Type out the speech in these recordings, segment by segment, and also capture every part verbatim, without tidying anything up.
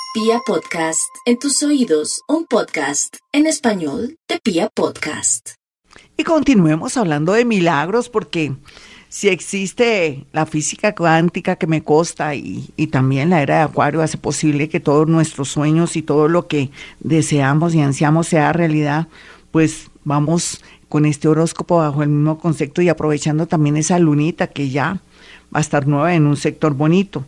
Pia Podcast, en tus oídos, un podcast en español de Pia Podcast. Y continuemos hablando de milagros, porque si existe la física cuántica que me consta y, y también la era de Acuario hace posible que todos nuestros sueños y todo lo que deseamos y ansiamos sea realidad, pues vamos con este horóscopo bajo el mismo concepto y aprovechando también esa lunita que ya va a estar nueva en un sector bonito.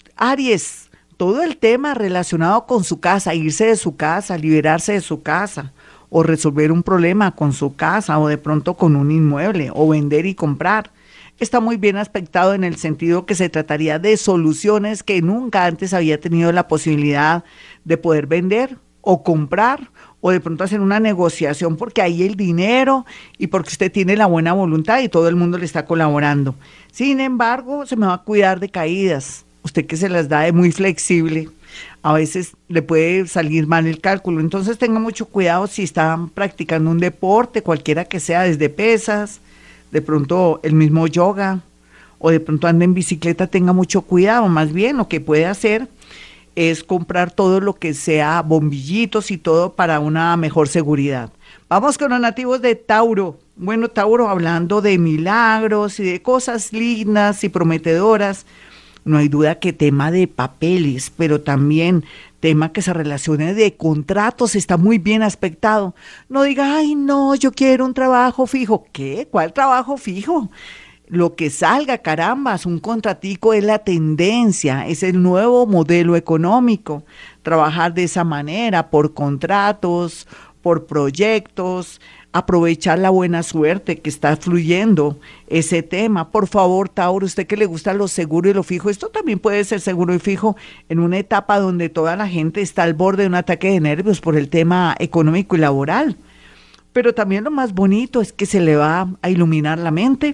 Aries, todo el tema relacionado con su casa, irse de su casa, liberarse de su casa, o resolver un problema con su casa, o de pronto con un inmueble, o vender y comprar, está muy bien aspectado en el sentido que se trataría de soluciones que nunca antes había tenido la posibilidad de poder vender o comprar, o de pronto hacer una negociación porque hay el dinero y porque usted tiene la buena voluntad y todo el mundo le está colaborando. Sin embargo, se me va a cuidar de caídas. Usted que se las da de muy flexible, a veces le puede salir mal el cálculo. Entonces tenga mucho cuidado si están practicando un deporte, cualquiera que sea, desde pesas, de pronto el mismo yoga, o de pronto anda en bicicleta, tenga mucho cuidado. Más bien lo que puede hacer es comprar todo lo que sea bombillitos y todo para una mejor seguridad. Vamos con los nativos de Tauro. Bueno, Tauro, hablando de milagros y de cosas lindas y prometedoras, no hay duda que tema de papeles, pero también tema que se relacione de contratos está muy bien aspectado. No diga, ay no, yo quiero un trabajo fijo. ¿Qué? ¿Cuál trabajo fijo? Lo que salga, carambas, un contratico es la tendencia, es el nuevo modelo económico. Trabajar de esa manera, por contratos, por proyectos, aprovechar la buena suerte que está fluyendo ese tema. Por favor, Tauro, usted que le gusta lo seguro y lo fijo, esto también puede ser seguro y fijo en una etapa donde toda la gente está al borde de un ataque de nervios por el tema económico y laboral. Pero también lo más bonito es que se le va a iluminar la mente,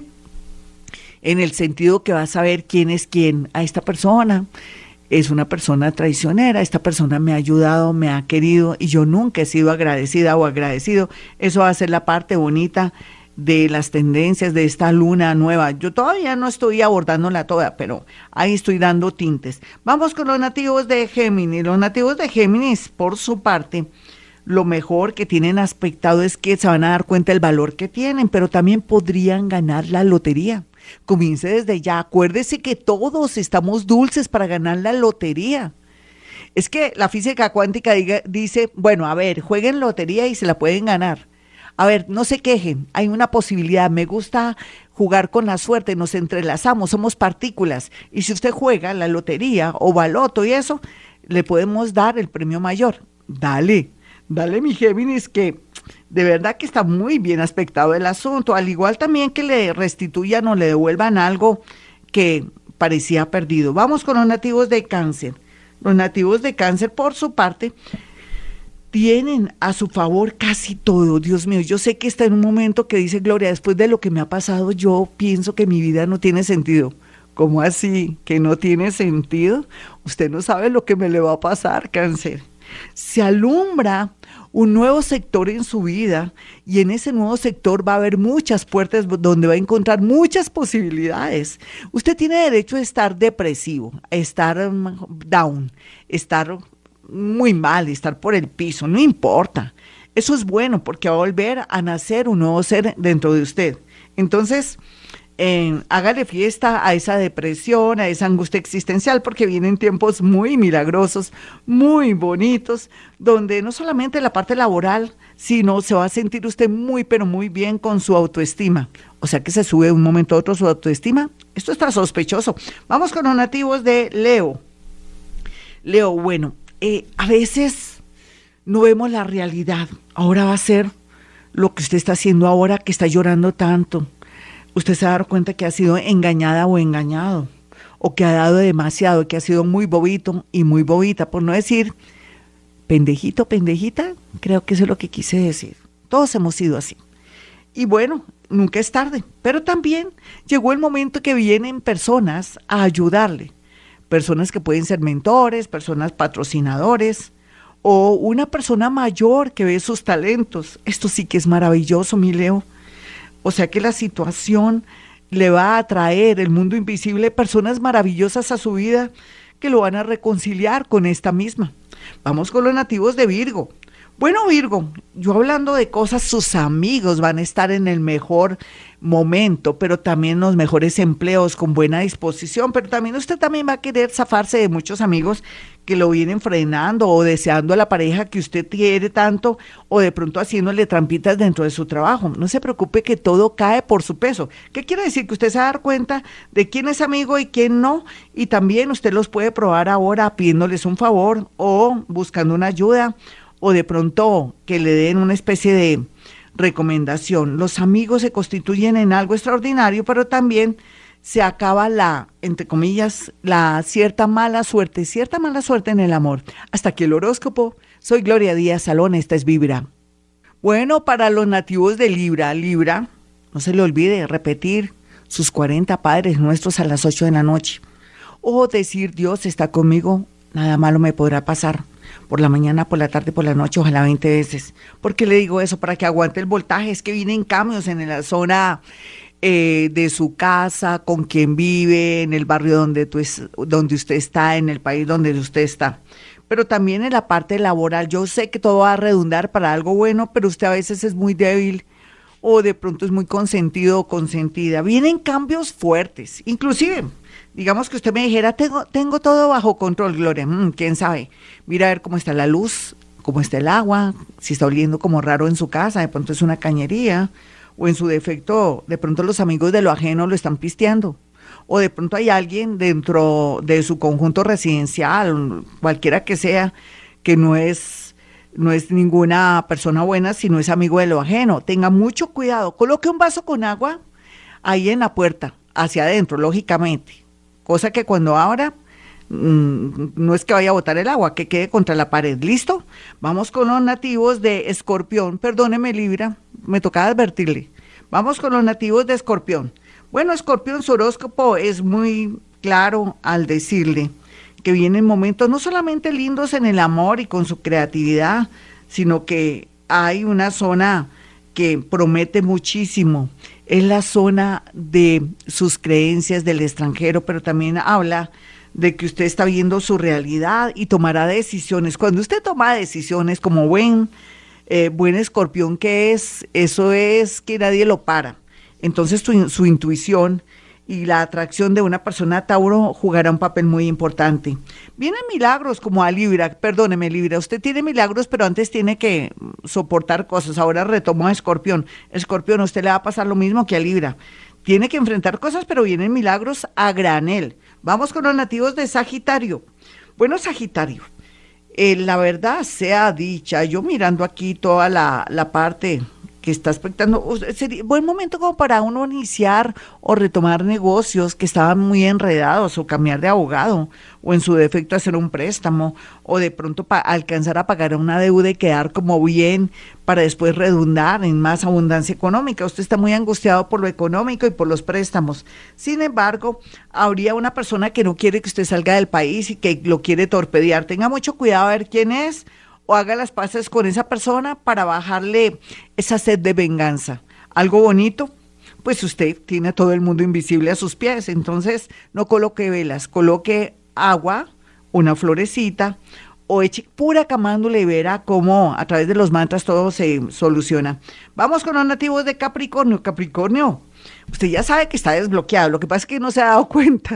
en el sentido que va a saber quién es quién. A esta persona es una persona traicionera, esta persona me ha ayudado, me ha querido y yo nunca he sido agradecida o agradecido. Eso va a ser la parte bonita de las tendencias de esta luna nueva. Yo todavía no estoy abordándola toda, pero ahí estoy dando tintes. Vamos con los nativos de Géminis. Los nativos de Géminis, por su parte, lo mejor que tienen aspectado es que se van a dar cuenta del valor que tienen, pero también podrían ganar la lotería. Comience desde ya, acuérdese que todos estamos dulces para ganar la lotería. Es que la física cuántica diga, dice, bueno, a ver, jueguen lotería y se la pueden ganar. A ver, no se quejen, hay una posibilidad, me gusta jugar con la suerte, nos entrelazamos, somos partículas. Y si usted juega la lotería o baloto y eso, le podemos dar el premio mayor. Dale, dale mi Géminis, que de verdad que está muy bien aspectado el asunto, al igual también que le restituyan o le devuelvan algo que parecía perdido. Vamos con los nativos de Cáncer. Los nativos de Cáncer, por su parte, tienen a su favor casi todo. Dios mío, yo sé que está en un momento que dice, Gloria, después de lo que me ha pasado, yo pienso que mi vida no tiene sentido. ¿Cómo así? ¿Que no tiene sentido? Usted no sabe lo que me le va a pasar, Cáncer. Se alumbra un nuevo sector en su vida y en ese nuevo sector va a haber muchas puertas donde va a encontrar muchas posibilidades. Usted tiene derecho a estar depresivo, a estar down, estar muy mal, estar por el piso, no importa. Eso es bueno porque va a volver a nacer un nuevo ser dentro de usted. Entonces, Eh, hágale fiesta a esa depresión, a esa angustia existencial, porque vienen tiempos muy milagrosos, muy bonitos, donde no solamente la parte laboral, sino se va a sentir usted muy, pero muy bien con su autoestima. O sea que se sube de un momento a otro su autoestima. Esto está sospechoso. Vamos con los nativos de Leo. Leo, bueno, eh, a veces no vemos la realidad. Ahora va a ser lo que usted está haciendo ahora, que está llorando tanto. Usted se va a dar cuenta que ha sido engañada o engañado, o que ha dado demasiado, que ha sido muy bobito y muy bobita, por no decir pendejito, pendejita, creo que eso es lo que quise decir. Todos hemos sido así. Y bueno, nunca es tarde, pero también llegó el momento que vienen personas a ayudarle, personas que pueden ser mentores, personas patrocinadores, o una persona mayor que ve sus talentos. Esto sí que es maravilloso, mi Leo. O sea que la situación le va a traer el mundo invisible, personas maravillosas a su vida que lo van a reconciliar con esta misma. Vamos con los nativos de Virgo. Bueno, Virgo, yo hablando de cosas, sus amigos van a estar en el mejor momento, pero también los mejores empleos, con buena disposición, pero también usted también va a querer zafarse de muchos amigos que lo vienen frenando o deseando a la pareja que usted quiere tanto, o de pronto haciéndole trampitas dentro de su trabajo. No se preocupe que todo cae por su peso. ¿Qué quiere decir? Que usted se va a dar cuenta de quién es amigo y quién no, y también usted los puede probar ahora pidiéndoles un favor o buscando una ayuda, o de pronto que le den una especie de recomendación. Los amigos se constituyen en algo extraordinario, pero también se acaba la, entre comillas, la cierta mala suerte, cierta mala suerte en el amor. Hasta aquí el horóscopo. Soy Gloria Díaz Salón, esta es Vibra. Bueno, para los nativos de Libra, Libra, no se le olvide repetir sus cuarenta Padres Nuestros a las ocho de la noche. O decir, Dios está conmigo, nada malo me podrá pasar. Por la mañana, por la tarde, por la noche, ojalá veinte veces. ¿Por qué le digo eso? Para que aguante el voltaje. Es que vienen cambios en la zona eh, de su casa, con quien vive, en el barrio donde, tú es, donde usted está, en el país donde usted está. Pero también en la parte laboral. Yo sé que todo va a redundar para algo bueno, pero usted a veces es muy débil o de pronto es muy consentido o consentida. Vienen cambios fuertes, inclusive. Digamos que usted me dijera, tengo, tengo todo bajo control, Gloria. Mm, ¿Quién sabe? Mira a ver cómo está la luz, cómo está el agua, si está oliendo como raro en su casa, de pronto es una cañería, o en su defecto, de pronto los amigos de lo ajeno lo están pisteando, o de pronto hay alguien dentro de su conjunto residencial, cualquiera que sea, que no es, no es ninguna persona buena, sino es amigo de lo ajeno. Tenga mucho cuidado, coloque un vaso con agua ahí en la puerta, hacia adentro, lógicamente. Cosa que cuando abra, mmm, no es que vaya a botar el agua, que quede contra la pared. ¿Listo? Vamos con los nativos de Escorpión. Perdóneme, Libra, me tocaba advertirle. Vamos con los nativos de Escorpión. Bueno, Escorpión, su horóscopo es muy claro al decirle que vienen momentos no solamente lindos en el amor y con su creatividad, sino que hay una zona que promete muchísimo. Es la zona de sus creencias del extranjero, pero también habla de que usted está viendo su realidad y tomará decisiones. Cuando usted toma decisiones como buen, eh, buen escorpión que es, eso es que nadie lo para. Entonces su, su intuición y la atracción de una persona a Tauro jugará un papel muy importante. Vienen milagros como a Libra, perdóneme Libra, usted tiene milagros, pero antes tiene que soportar cosas. Ahora retomo a Escorpión. Escorpión, a usted le va a pasar lo mismo que a Libra. Tiene que enfrentar cosas, pero vienen milagros a granel. Vamos con los nativos de Sagitario. Bueno, Sagitario, eh, la verdad sea dicha, yo mirando aquí toda la, la parte que está expectando, sería buen momento como para uno iniciar o retomar negocios que estaban muy enredados, o cambiar de abogado, o en su defecto hacer un préstamo, o de pronto pa- alcanzar a pagar una deuda y quedar como bien para después redundar en más abundancia económica. Usted está muy angustiado por lo económico y por los préstamos. Sin embargo, habría una persona que no quiere que usted salga del país y que lo quiere torpedear. Tenga mucho cuidado a ver quién es, o haga las paces con esa persona para bajarle esa sed de venganza. Algo bonito, pues usted tiene a todo el mundo invisible a sus pies, entonces no coloque velas, coloque agua, una florecita, o eche pura camándula y verá cómo a través de los mantras todo se soluciona. Vamos con los nativos de Capricornio. Capricornio, usted ya sabe que está desbloqueado, lo que pasa es que no se ha dado cuenta.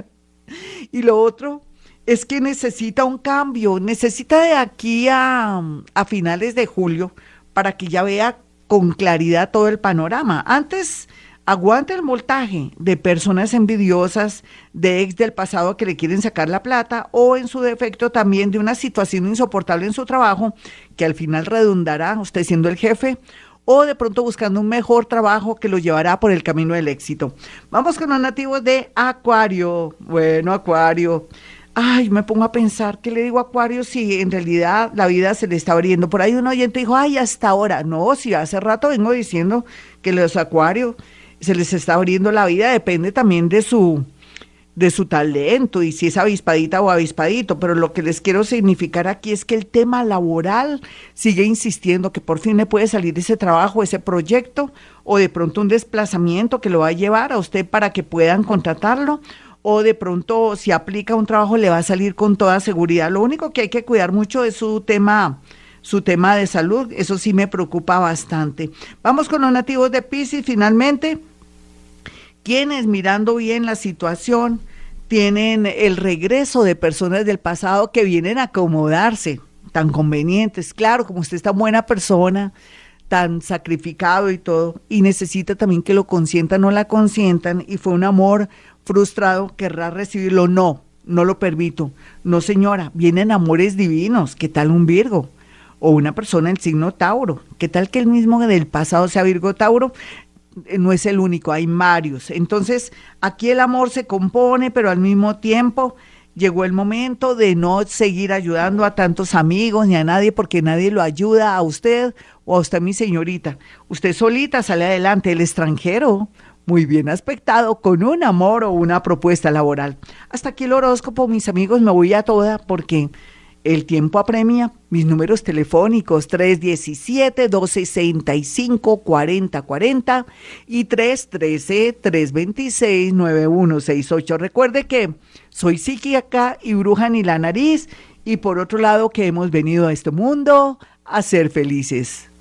Y lo otro es que necesita un cambio, necesita de aquí a, a finales de julio para que ya vea con claridad todo el panorama. Antes, aguante el voltaje de personas envidiosas, de ex del pasado que le quieren sacar la plata, o en su defecto también de una situación insoportable en su trabajo, que al final redundará usted siendo el jefe, o de pronto buscando un mejor trabajo que lo llevará por el camino del éxito. Vamos con los nativos de Acuario. Bueno, Acuario, ay, me pongo a pensar, ¿qué le digo a Acuario si en realidad la vida se le está abriendo? Por ahí un oyente dijo, ay, hasta ahora. No, si hace rato vengo diciendo que los Acuarios se les está abriendo la vida, depende también de su, de su talento y si es avispadita o avispadito, pero lo que les quiero significar aquí es que el tema laboral sigue insistiendo que por fin le puede salir ese trabajo, ese proyecto, o de pronto un desplazamiento que lo va a llevar a usted para que puedan contratarlo, o de pronto si aplica un trabajo le va a salir con toda seguridad. Lo único que hay que cuidar mucho es su tema, su tema de salud, eso sí me preocupa bastante. Vamos con los nativos de Piscis, finalmente, quienes mirando bien la situación tienen el regreso de personas del pasado que vienen a acomodarse, tan convenientes, claro, como usted es tan buena persona, tan sacrificado y todo, y necesita también que lo consientan o la consientan, y fue un amor frustrado, querrá recibirlo. No, no lo permito. No, señora, vienen amores divinos. ¿Qué tal un Virgo? O una persona del signo Tauro. ¿Qué tal que el mismo del pasado sea Virgo Tauro? No es el único, hay varios. Entonces, aquí el amor se compone, pero al mismo tiempo llegó el momento de no seguir ayudando a tantos amigos ni a nadie, porque nadie lo ayuda a usted o a usted, mi señorita. Usted solita sale adelante. El extranjero, muy bien aspectado, con un amor o una propuesta laboral. Hasta aquí el horóscopo, mis amigos, me voy a toda porque el tiempo apremia. Mis números telefónicos tres uno siete, dos seis cinco, cuatro cero cuatro cero y tres uno tres, tres dos seis, nueve uno seis ocho. Recuerde que soy psíquica y bruja ni la nariz, y por otro lado que hemos venido a este mundo a ser felices.